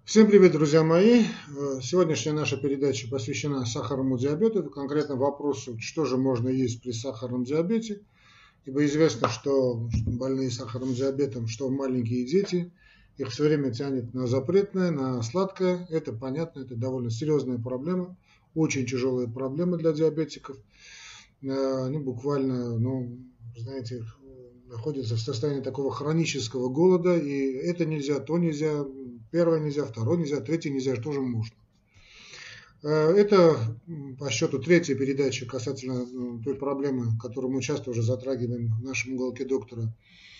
Всем привет, друзья мои! Сегодняшняя наша передача посвящена сахарному диабету, конкретно вопросу, что же можно есть при сахарном диабете. Ибо известно, что больные сахарным диабетом, что маленькие дети, их все время тянет на запретное, на сладкое. Это понятно, это довольно серьезная проблема, очень тяжелая проблема для диабетиков. Они буквально, знаете, находятся в состоянии такого хронического голода, и это нельзя, то нельзя, первое нельзя, второе нельзя, третье нельзя, что же можно. Это по счету третья передача касательно той проблемы, которую мы часто уже затрагиваем в нашем уголке доктора,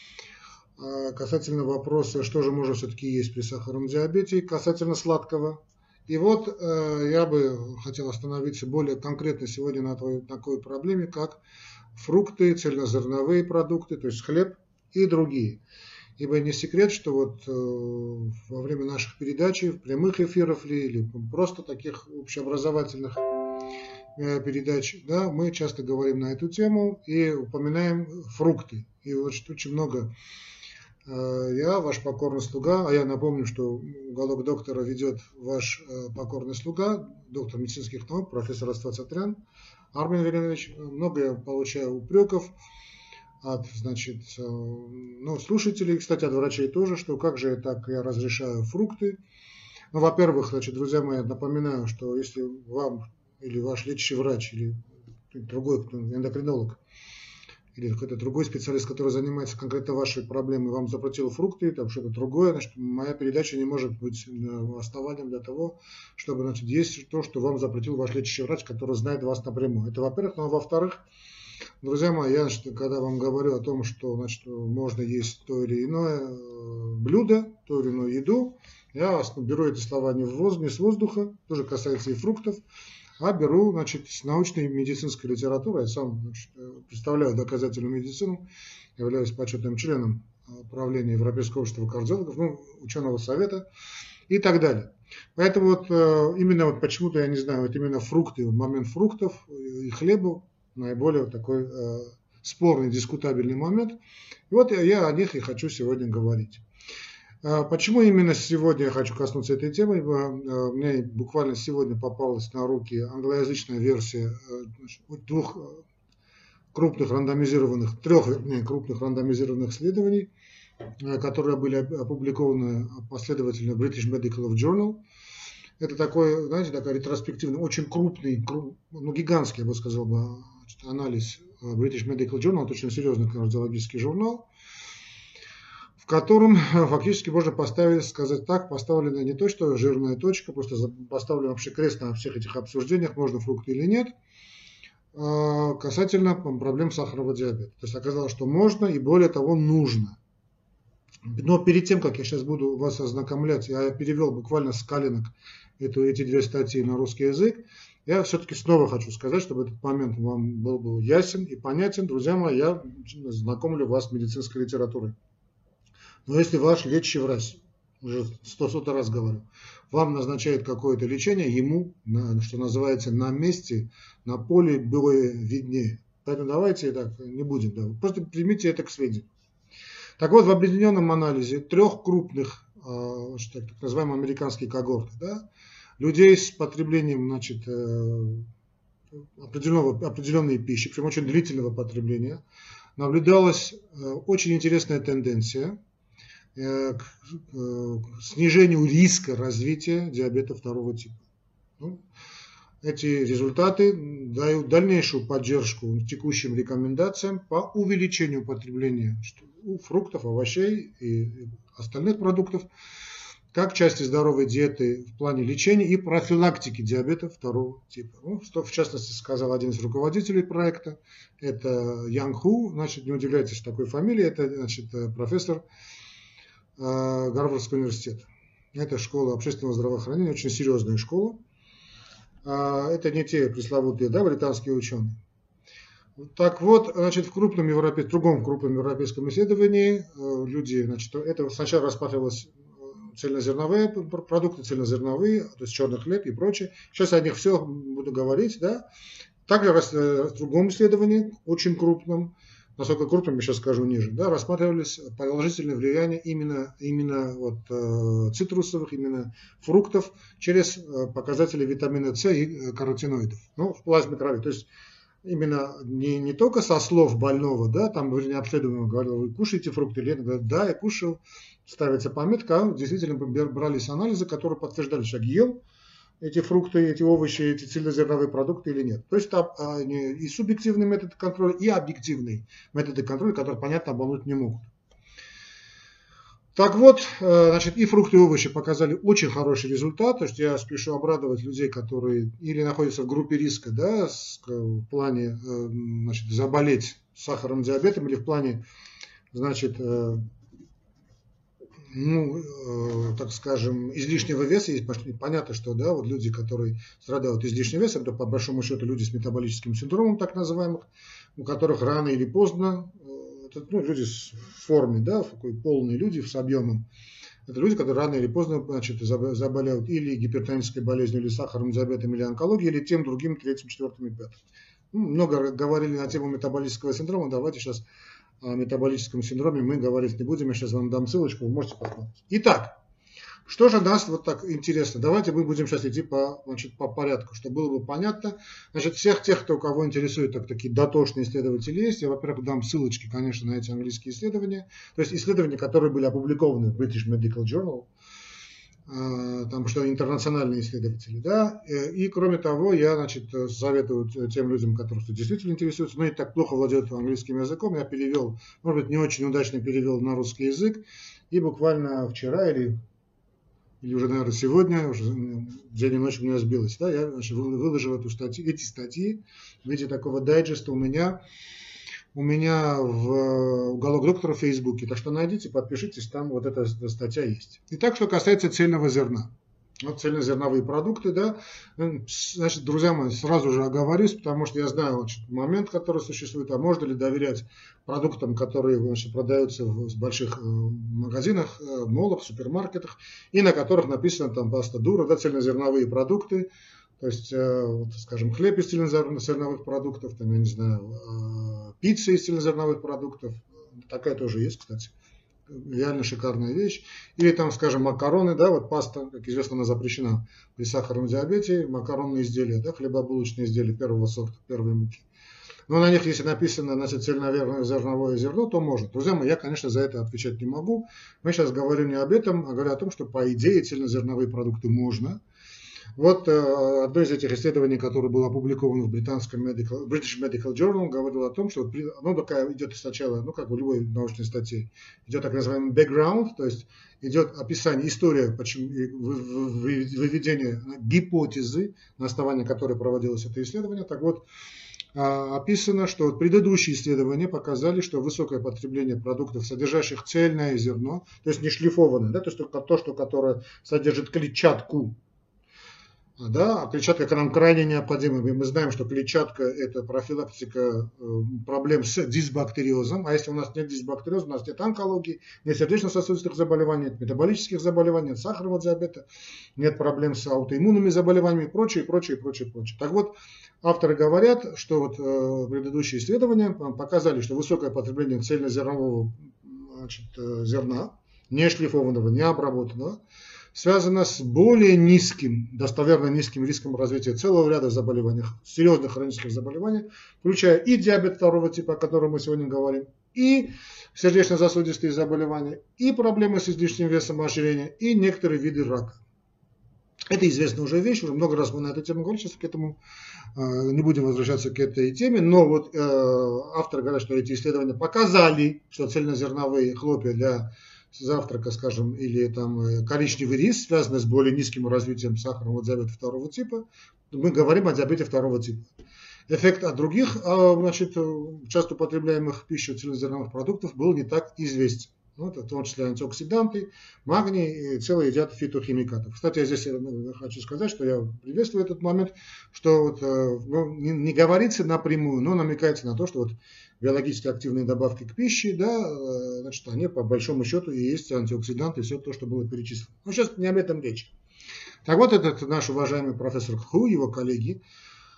касательно вопроса, что же можно все-таки есть при сахарном диабете, касательно сладкого. И вот я бы хотел остановиться более конкретно сегодня на такой проблеме, как фрукты, цельнозерновые продукты, то есть хлеб и другие. Ибо не секрет, что вот во время наших передач, прямых эфиров или просто таких общеобразовательных передач, да, мы часто говорим на эту тему и упоминаем фрукты. И вот очень много я, ваш покорный слуга, а я напомню, что уголок доктора ведет ваш покорный слуга, доктор медицинских наук, профессор Ацатрян Армен Веленович. Много я получаю упреков от, слушателей, кстати, от врачей тоже, что как же так я разрешаю фрукты. Ну, во-первых, друзья мои, напоминаю, что если вам или ваш лечащий врач, или другой эндокринолог, или какой-то другой специалист, который занимается конкретно вашей проблемой, вам запретил фрукты, там что-то другое, значит, моя передача не может быть основанием для того, чтобы, есть то, что вам запретил ваш лечащий врач, который знает вас напрямую. Это во-первых. Ну, а во-вторых, друзья мои, я, когда вам говорю о том, что, можно есть то или иное блюдо, то или иную еду, я беру эти слова не с воздуха, тоже касается и фруктов, а беру, с научной медицинской литературы. Я сам представляю доказательную медицину, являюсь почетным членом правления Европейского общества кардиологов, ученого совета и так далее. Поэтому именно почему-то, я не знаю, вот именно фрукты, момент фруктов и хлеба наиболее такой спорный, дискутабельный момент. И вот я о них и хочу сегодня говорить. Почему именно сегодня я хочу коснуться этой темы? У меня буквально сегодня попалась на руки англоязычная версия трех крупных рандомизированных исследований, которые были опубликованы последовательно в British Medical Journal. Это такой, такой ретроспективный, очень крупный, гигантский, я бы сказал, анализ British Medical Journal, очень серьезный кардиологический журнал, в котором фактически можно поставлена не то, что жирная точка, просто поставлен вообще крест на всех этих обсуждениях, можно фрукты или нет, касательно проблем сахарного диабета. То есть оказалось, что можно и более того нужно. Но перед тем, как я сейчас буду вас ознакомлять, я перевел буквально с коленок эти две статьи на русский язык, я все-таки снова хочу сказать, чтобы этот момент вам был ясен и понятен. Друзья мои, я знакомлю вас с медицинской литературой. Но если ваш лечащий врач, уже 100 раз говорю, вам назначает какое-то лечение, ему, что называется, на месте, на поле было виднее. Поэтому давайте так не будем. Да, просто примите это к сведению. Так вот, в объединенном анализе трех крупных, так называемых американских когорт, да, людей с потреблением определенной пищи, причем очень длительного потребления, наблюдалась очень интересная тенденция к снижению риска развития диабета второго типа. Эти результаты дают дальнейшую поддержку текущим рекомендациям по увеличению потребления фруктов, овощей и остальных продуктов как части здоровой диеты в плане лечения и профилактики диабета второго типа. Что в частности сказал один из руководителей проекта, это Янг Ху, не удивляйтесь такой фамилии, это профессор Гарвардского университета. Это школа общественного здравоохранения, очень серьезная школа. Это не те пресловутые, британские ученые. Так вот, в другом крупном европейском исследовании люди, это сначала рассматривалось цельнозерновые продукты, то есть черный хлеб и прочее. Сейчас о них все буду говорить, да. Также в другом исследовании, очень крупном, насколько крупными, сейчас скажу ниже, да, рассматривались положительное влияние именно вот, цитрусовых, именно фруктов через показатели витамина С и каротиноидов, ну, в плазме крови. То есть именно не только со слов больного, да, там не обследуемого говорил, вы кушаете фрукты или нет, говорят, да, я кушал, ставится пометка, а действительно брались анализы, которые подтверждали, что человек ел эти фрукты, эти овощи, эти цельнозерновые продукты или нет. То есть там и субъективный метод контроля, и объективные методы контроля, которые, понятно, обмануть не могут. Так вот, значит, и фрукты, и овощи показали очень хороший результат. То есть я спешу обрадовать людей, которые или находятся в группе риска, да, в плане, значит, заболеть сахарным диабетом, или в плане, значит, так скажем, излишнего веса. Есть понятно, что да, вот люди, которые страдают излишним весом, это по большому счету люди с метаболическим синдромом, так называемых, у которых рано или поздно, это, люди в форме, да, такой полные люди с объемом, это люди, которые рано или поздно, значит, заболеют или гипертонической болезнью, или сахарным диабетом, или онкологией, или тем, другим, третьим, четвертым и пятым. Много говорили на тему метаболического синдрома, давайте сейчас о метаболическом синдроме мы говорить не будем, я сейчас вам дам ссылочку, вы можете посмотреть. Итак, что же нас вот так интересно? Давайте мы будем сейчас идти по порядку, чтобы было бы понятно. Значит, всех тех, кто, кого интересует такие дотошные исследователи есть, я, во-первых, дам ссылочки, конечно, на эти английские исследования, то есть исследования, которые были опубликованы в British Medical Journal, там что интернациональные исследователи, да, и кроме того, я, значит, советую тем людям, которые действительно интересуются, но и так плохо владеют английским языком, я перевел, может быть, не очень удачно перевел на русский язык, и буквально вчера или уже, наверное, сегодня, уже день и ночь у меня сбилось, да, я, значит, выложил эти статьи в виде такого дайджеста у меня в уголок доктора в Фейсбуке. Так что найдите, подпишитесь, там вот эта статья есть. Итак, что касается цельного зерна. Вот цельнозерновые продукты, да. Значит, друзья мои, сразу же оговорюсь, потому что я знаю значит, момент, который существует, а можно ли доверять продуктам, которые значит, продаются в больших магазинах, молах, супермаркетах, и на которых написано там паста дура, да, цельнозерновые продукты. То есть, вот, скажем, хлеб из цельнозерновых продуктов, там, я не знаю, пицца из цельнозерновых продуктов, такая тоже есть, кстати, реально шикарная вещь. Или там, скажем, макароны, да, вот паста, как известно, она запрещена при сахарном диабете, макаронные изделия, да, хлебобулочные изделия первого сорта, первой муки. Но на них, если написано, значит, цельнозерновое зерно, то может. Друзья мои, я, конечно, за это отвечать не могу. Мы сейчас говорим не об этом, а говорим о том, что, по идее, цельнозерновые продукты можно. Вот одно из этих исследований, которое было опубликовано в British Medical Journal, говорило о том, что оно такая идет сначала, как в любой научной статье, идет так называемый background, то есть идет описание, история, выведение гипотезы, на основании которой проводилось это исследование. Так вот, описано, что предыдущие исследования показали, что высокое потребление продуктов, содержащих цельное зерно, то есть не шлифованное, да, то есть только то, что которое содержит клетчатку, да, а клетчатка к нам крайне необходима. Мы знаем, что клетчатка – это профилактика проблем с дисбактериозом. А если у нас нет дисбактериоза, у нас нет онкологии, нет сердечно-сосудистых заболеваний, нет метаболических заболеваний, нет сахарного диабета, нет проблем с аутоиммунными заболеваниями и прочее. Так вот, авторы говорят, что вот предыдущие исследования показали, что высокое потребление цельнозернового зерна, не шлифованного, не обработанного, связано с более низким, достоверно низким риском развития целого ряда заболеваний, серьезных хронических заболеваний, включая и диабет второго типа, о котором мы сегодня говорим, и сердечно-сосудистые заболевания, и проблемы с излишним весом, ожирения, и некоторые виды рака. Это известная уже вещь, уже много раз мы на эту тему говорили, сейчас к этому не будем возвращаться к этой теме, но вот авторы говорят, что эти исследования показали, что цельнозерновые хлопья для завтрака, скажем, или там коричневый рис, связанный с более низким развитием сахарного диабета второго типа. Мы говорим о диабете второго типа. Эффект от других, значит, часто употребляемых пищей цельнозерновых продуктов был не так известен. Вот, в том числе антиоксиданты, магний и целый ряд фитохимикатов. Кстати, я здесь хочу сказать, что я приветствую этот момент, что вот, не говорится напрямую, но намекается на то, что вот биологически активные добавки к пище, да, значит, они по большому счету и есть антиоксиданты, и все то, что было перечислено. Но сейчас не об этом речь. Так вот, этот наш уважаемый профессор Ху, его коллеги,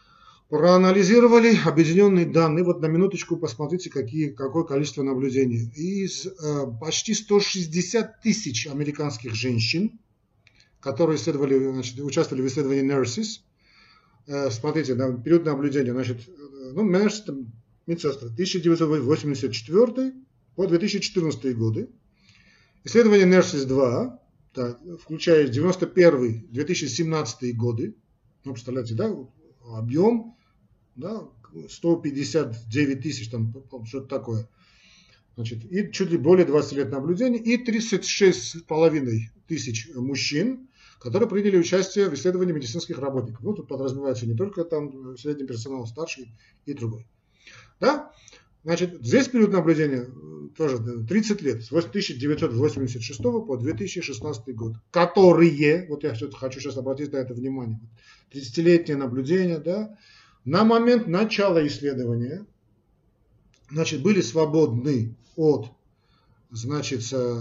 Проанализировали объединенные данные. Вот на минуточку посмотрите, какое количество наблюдений. Из почти 160 тысяч американских женщин, которые участвовали в исследовании Nurses. Смотрите, период наблюдения, медсестры 1984 по 2014 годы. Исследование Nurses 2, включая 91-2017 годы. Ну, представляете, да, объем, да, 159 тысяч, там что-то такое. Значит, и чуть ли более 20 лет наблюдений, и 36,5 тысяч мужчин, которые приняли участие в исследовании медицинских работников. Ну, тут подразумевается не только там средний персонал, старший и другой. Да? Значит, здесь период наблюдения тоже 30 лет, с 1986 по 2016 год, которые, вот я хочу сейчас обратить на это внимание, 30-летнее наблюдение, да, на момент начала исследования, значит, были свободны от, значит,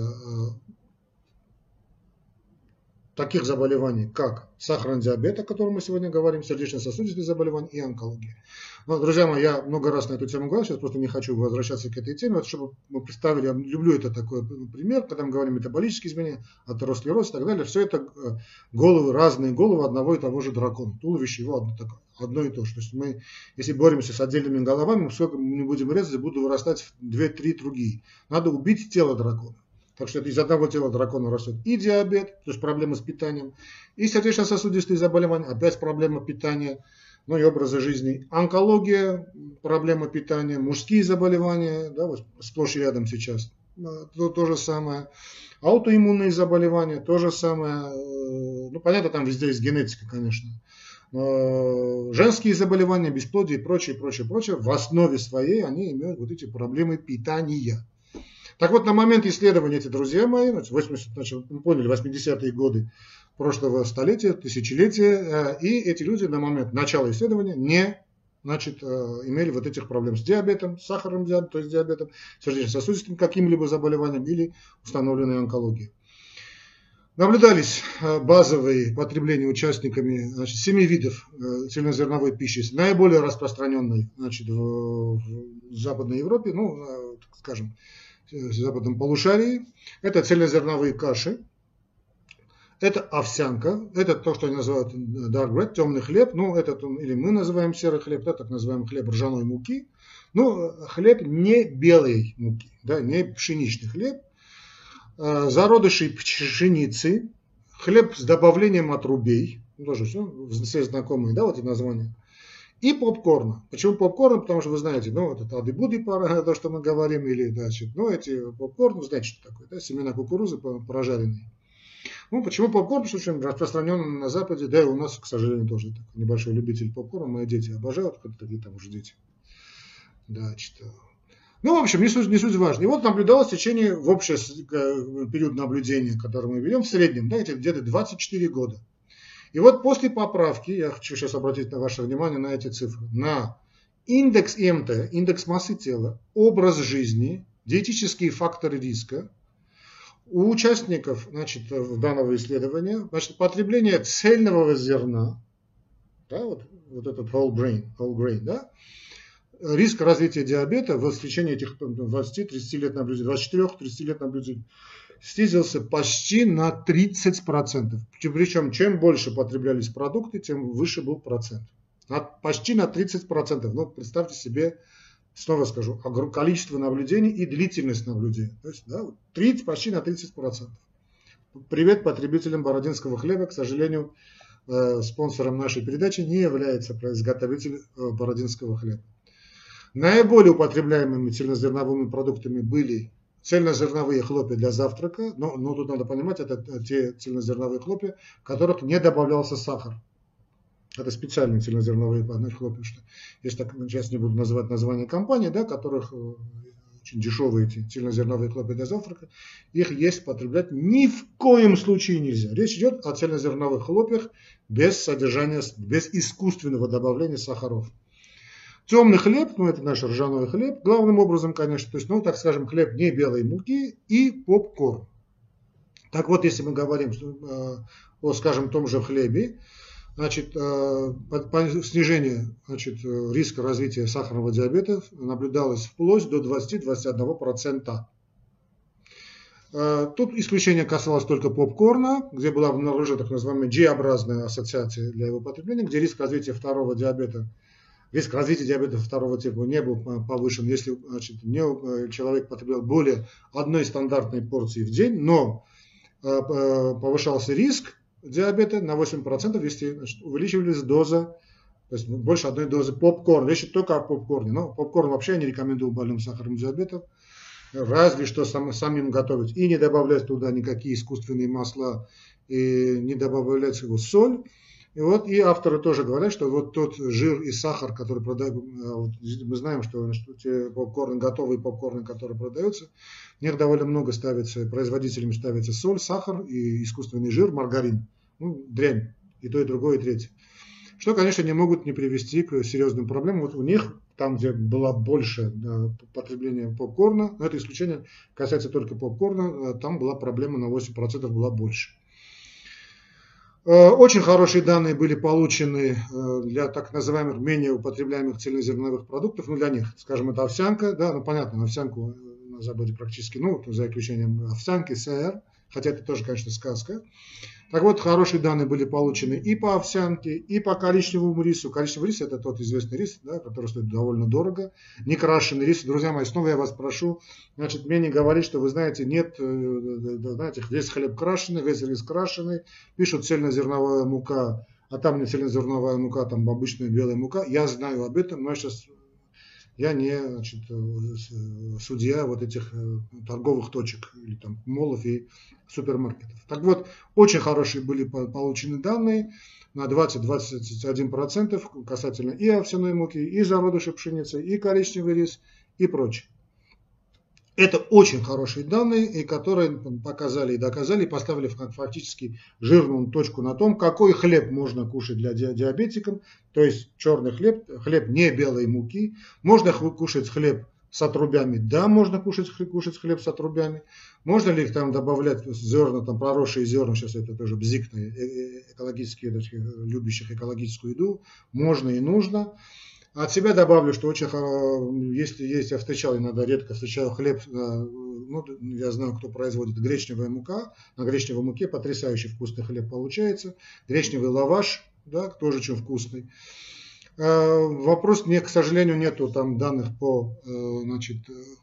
таких заболеваний, как сахарный диабет, о котором мы сегодня говорим, сердечно-сосудистые заболевания и онкология. Но, друзья мои, я много раз на эту тему говорил, сейчас просто не хочу возвращаться к этой теме, вот, чтобы мы представили, я люблю это такой пример, когда мы говорим метаболические изменения, атеросклероз и так далее, все это разные головы одного и того же дракона, туловище его одно и то же. То есть мы, если боремся с отдельными головами, сколько мы не будем резать, будут вырастать 2-3 другие. Надо убить тело дракона. Так что из одного тела дракона растет и диабет, то есть проблемы с питанием, и сердечно-сосудистые заболевания, опять проблема питания, ну и образа жизни. Онкология, проблема питания, мужские заболевания, да, вот сплошь и рядом сейчас, то же самое. Аутоиммунные заболевания, то же самое. Ну, понятно, там везде есть генетика, конечно. Женские заболевания, бесплодие и прочее, прочее, прочее, в основе своей они имеют вот эти проблемы питания. Так вот, на момент исследования, эти друзья мои, мы поняли, 80-е годы прошлого столетия, тысячелетия, и эти люди на момент начала исследования не имели вот этих проблем с диабетом, с сахарным диабетом, то есть диабетом, сердечно-сосудистым каким-либо заболеванием или установленной онкологией. Наблюдались базовые потребления участниками 7 видов цельнозерновой пищи, наиболее распространенной в Западной Европе, ну, так скажем, в западном полушарии. Это цельнозерновые каши, это овсянка, это то, что они называют dark bread, темный хлеб, ну, это или мы называем серый хлеб, это так называемый хлеб ржаной муки, но хлеб не белой муки, да, не пшеничный хлеб, зародыши пшеницы, хлеб с добавлением отрубей, тоже все знакомые, да, вот эти названия. И попкорна. Почему попкорн? Потому что вы знаете, ну, вот это ады-буды, то, что мы говорим, или, значит, ну, эти попкорн, вы знаете, что такое, да, семена кукурузы прожаренные. Ну, почему попкорн? Потому что очень распространен на Западе, да и у нас, к сожалению, тоже такой небольшой любитель попкорна, мои дети обожают, какие там уже дети. Да, что... Ну, в общем, не суть важно. И вот наблюдалось в течение, в общий период наблюдения, который мы ведем, в среднем, да, где-то 24 года. И вот после поправки, я хочу сейчас обратить ваше внимание на эти цифры, на индекс ИМТ, индекс массы тела, образ жизни, диетические факторы риска, у участников, значит, данного исследования, значит, потребление цельного зерна, да, вот этот whole grain, да, риск развития диабета в течение этих 20-30 лет наблюдений, 24-30 лет наблюдений снизился почти на 30%. Причем, чем больше потреблялись продукты, тем выше был процент. Почти на 30%. Ну, представьте себе, снова скажу, количество наблюдений и длительность наблюдения. То есть, да, почти на 30%. Привет потребителям бородинского хлеба. К сожалению, спонсором нашей передачи не является изготовитель бородинского хлеба. Наиболее употребляемыми цельнозерновыми продуктами были цельнозерновые хлопья для завтрака, но тут надо понимать, это те цельнозерновые хлопья, в которых не добавлялся сахар. Это специальные цельнозерновые хлопья. Если так, сейчас не буду называть название компании, да, которых очень дешевые эти цельнозерновые хлопья для завтрака, их есть, потреблять ни в коем случае нельзя. Речь идет о цельнозерновых хлопьях без искусственного добавления сахаров. Темный хлеб, ну это наш ржаной хлеб, главным образом, конечно, то есть, ну так скажем, хлеб не белой муки и попкорн. Так вот, если мы говорим о, скажем, том же хлебе, Значит, снижение, значит, риска развития сахарного диабета наблюдалось вплоть до 20-21%. Тут исключение касалось только попкорна, где была обнаружена так называемая G-образная ассоциация для его потребления, где риск развития диабета второго типа не был повышен, если, значит, человек потреблял более одной стандартной порции в день, но повышался риск диабета на 8%, если, значит, увеличивалась доза, то есть больше одной дозы попкорна. Речь только о попкорне. Но попкорн вообще я не рекомендую больным сахарным диабетом. Разве что самим готовить. И не добавлять туда никакие искусственные масла, и не добавлять его соль. И вот и авторы тоже говорят, что вот тот жир и сахар, который продают, мы знаем, что те попкорны, готовые попкорны, которые продаются, в них довольно много ставится, производителям ставится соль, сахар и искусственный жир, маргарин. Ну, дрянь. И то, и другое, и третье. Что, конечно, не могут не привести к серьезным проблемам. Вот у них, там, где было больше потребления попкорна, но это исключение касается только попкорна, там была проблема на 8% была больше. Очень хорошие данные были получены для так называемых менее употребляемых цельнозерновых продуктов, ну для них, скажем, это овсянка, да, ну понятно, овсянку на Западе практически, ну, за исключением овсянки, сыр, хотя это тоже, конечно, сказка. Так вот, хорошие данные были получены и по овсянке, и по коричневому рису. Коричневый рис – это тот известный рис, да, который стоит довольно дорого. Некрашенный рис. Друзья мои, снова я вас прошу, значит, мне не говорить, что вы знаете, нет, знаете, весь хлеб крашеный, весь рис крашеный. Пишут цельнозерновая мука, а там не цельнозерновая мука, там обычная белая мука. Я знаю об этом, но я не, значит, судья вот этих торговых точек или там молов и супермаркетов. Так вот, очень хорошие были получены данные на 20-21% касательно и овсяной муки, и зародышей пшеницы, и коричневый рис, и прочее. Это очень хорошие данные, и которые показали и доказали, поставили фактически жирную точку на том, какой хлеб можно кушать для диабетиков, то есть черный хлеб, хлеб не белой муки. Можно кушать хлеб с отрубями? Да, можно кушать хлеб с отрубями. Можно ли их там добавлять зерна, там проросшие зерна, сейчас это тоже бзик экологически, любящих экологическую еду, можно и нужно. От себя добавлю, что очень, если есть, я встречал, иногда редко встречаю хлеб, ну, я знаю, кто производит, гречневая мука, на гречневой муке потрясающий вкусный хлеб получается, гречневый лаваш, да, тоже очень вкусный. Вопрос, к сожалению, нету там данных по, значит,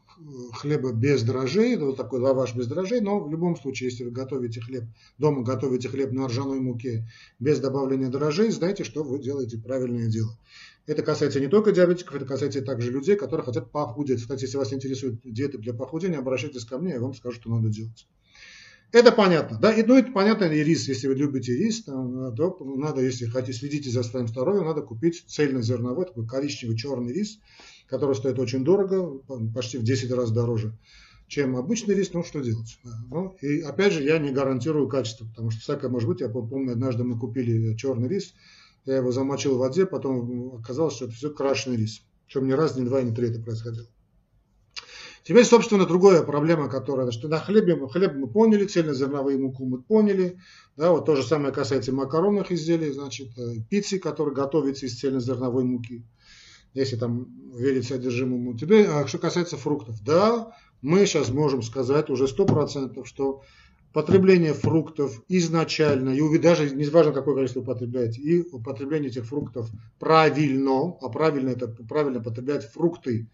хлеба без дрожжей, вот такой лаваш без дрожжей, но в любом случае, если вы готовите хлеб, дома готовите хлеб на ржаной муке без добавления дрожжей, знайте, что вы делаете правильное дело. Это касается не только диабетиков, это касается также людей, которые хотят похудеть. Кстати, если вас интересует диета для похудения, обращайтесь ко мне, я вам скажу, что надо делать. Это понятно, да, и, ну, это понятно, и рис, если вы любите рис, то надо, если хотите, следите за своим здоровьем, надо купить цельнозерновой, такой коричневый черный рис, который стоит очень дорого, почти в 10 раз дороже, чем обычный рис, ну, что делать. Да. Ну, и опять же, я не гарантирую качество, потому что всякое может быть, я помню, однажды мы купили черный рис, я его замочил в воде, потом оказалось, что это все крашеный рис. Причем ни раз, ни два, ни три это происходило. Теперь, собственно, другая проблема, которая, что на хлеб мы поняли, цельнозерновые муку мы поняли, да, вот то же самое касается макаронных изделий, значит, пиццы, которые готовятся из цельнозерновой муки, если там верить содержимому. Теперь, что касается фруктов, да, мы сейчас можем сказать уже 100%, что потребление фруктов изначально, и даже не важно, какое количество вы потребляете, и употребление этих фруктов правильно, а правильно потреблять фрукты,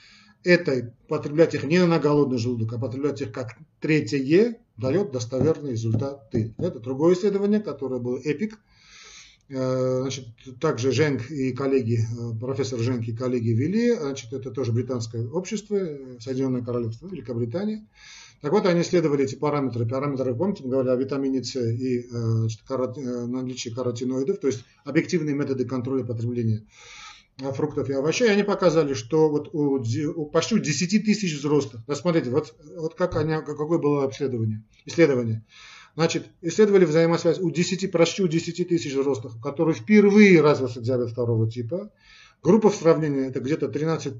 это потреблять их не на голодный желудок, а потреблять их как третье, дает достоверные результаты. Это другое исследование, которое было EPIC. Значит, также Женк и коллеги, профессор Женк и коллеги вели, значит, это тоже британское общество, Соединенное Королевство, Великобритания. Так вот, они исследовали эти параметры. Параметры, помните, мы говорили о витамине С и наличии каротиноидов, то есть объективные методы контроля потребления фруктов и овощей. Они показали, что вот почти у 10 тысяч взрослых, да, смотрите, вот какое было исследование. Значит, исследовали взаимосвязь почти у 10 тысяч взрослых, у которых впервые развился диабет второго типа. Группа в сравнении, это где-то 13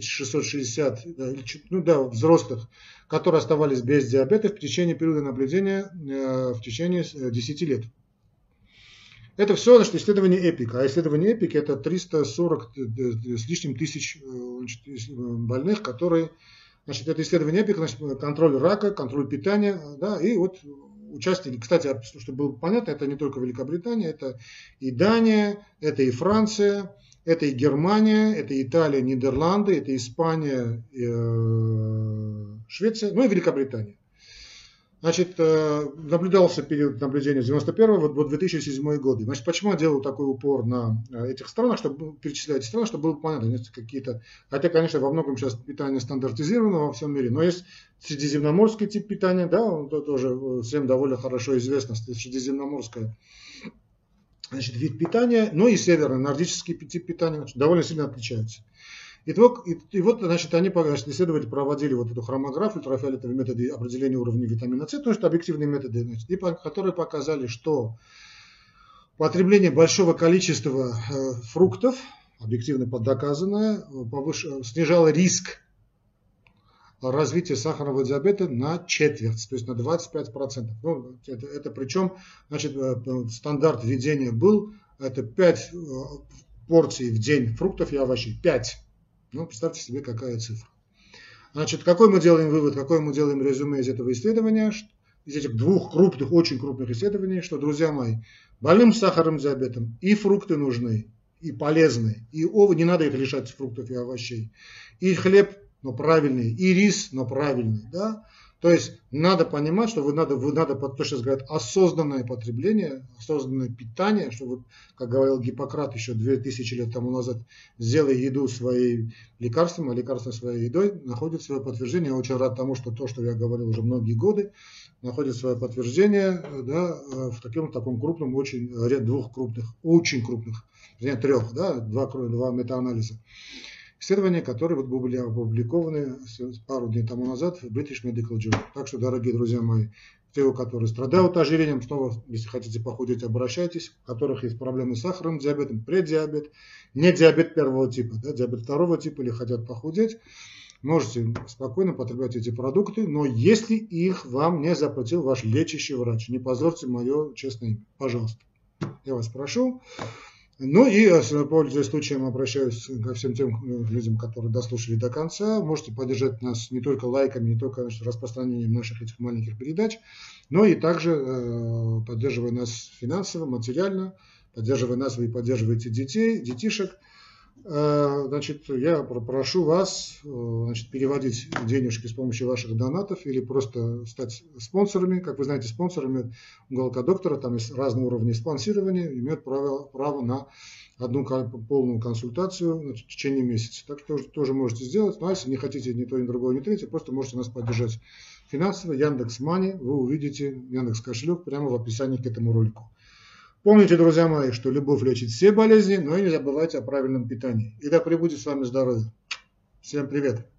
660 взрослых, которые оставались без диабета в течение периода наблюдения в течение 10 лет. Это все, значит, исследование ЭПИК. А исследование ЭПИК это 340 с лишним тысяч, значит, больных, которые, значит, это исследование ЭПИК, значит, контроль рака, контроль питания, да, и вот участие, кстати, чтобы было понятно, это не только Великобритания, это и Дания, это и Франция, это и Германия, это и Италия, Нидерланды, это Испания, Швеция, ну и Великобритания. Значит, наблюдался период наблюдения с 91 по 2007 годы. Значит, почему я делаю такой упор на этих странах, чтобы перечислять страны, чтобы было понятно, есть какие-то, хотя, конечно, во многом сейчас питание стандартизировано во всем мире, но есть средиземноморский тип питания, да, он тоже всем довольно хорошо известно, средиземноморское, значит, вид питания, но и северный, нордический тип питания, значит, довольно сильно отличаются. И вот, значит, они, исследователи проводили вот эту хромографию, ультрафиолетовые методы определения уровня витамина С, то есть объективные методы, значит, которые показали, что потребление большого количества фруктов, объективно доказанное, снижало риск развития сахарного диабета на четверть, то есть на 25%. Ну, это причем, значит, стандарт введения был, это 5 порций в день фруктов и овощей, 5. Ну, представьте себе, какая цифра. Значит, какой мы делаем вывод, какой мы делаем резюме из этого исследования, из этих двух крупных, очень крупных исследований, что, друзья мои, больным сахарным диабетом и фрукты нужны, и полезны, и не надо их лишать фруктов и овощей, и хлеб, но правильный, и рис, но правильный, да. То есть надо понимать, что надо, то, что говорят, осознанное потребление, осознанное питание, что вот, как говорил Гиппократ еще 2000 лет тому назад, сделай еду своим лекарством, а лекарство своей едой, находит свое подтверждение. Я очень рад тому, что то, что я говорил уже многие годы, находит свое подтверждение, да, в таком крупном, двух крупных, очень крупных, трех, да, два метаанализа. Исследования, которые вот были опубликованы пару дней тому назад в British Medical Journal. Так что, дорогие друзья мои, те, которые страдают ожирением, снова, если хотите похудеть, обращайтесь, у которых есть проблемы с сахарным диабетом, преддиабет, не диабет первого типа, да, диабет второго типа или хотят похудеть, можете спокойно потреблять эти продукты, но если их вам не запретил ваш лечащий врач, не позорьте мое честное имя, пожалуйста. Я вас прошу. Ну и, пользуясь случаем, обращаюсь ко всем тем людям, которые дослушали до конца. Можете поддержать нас не только лайками, не только, значит, распространением наших этих маленьких передач, но и также поддерживая нас финансово, материально, поддерживая нас, вы поддерживаете детишек. Значит, я прошу вас, значит, переводить денежки с помощью ваших донатов или просто стать спонсорами. Как вы знаете, спонсорами уголка доктора, там есть разные уровни спонсирования, имеют право на одну полную консультацию, значит, в течение месяца. Так что тоже можете сделать. Ну, а если не хотите ни то, ни другое, ни третье, просто можете нас поддержать финансово. Яндекс.Мани, вы увидите Яндекс кошелек прямо в описании к этому ролику. Помните, друзья мои, что любовь лечит все болезни, но и не забывайте о правильном питании. И да пребудет с вами здоровье. Всем привет!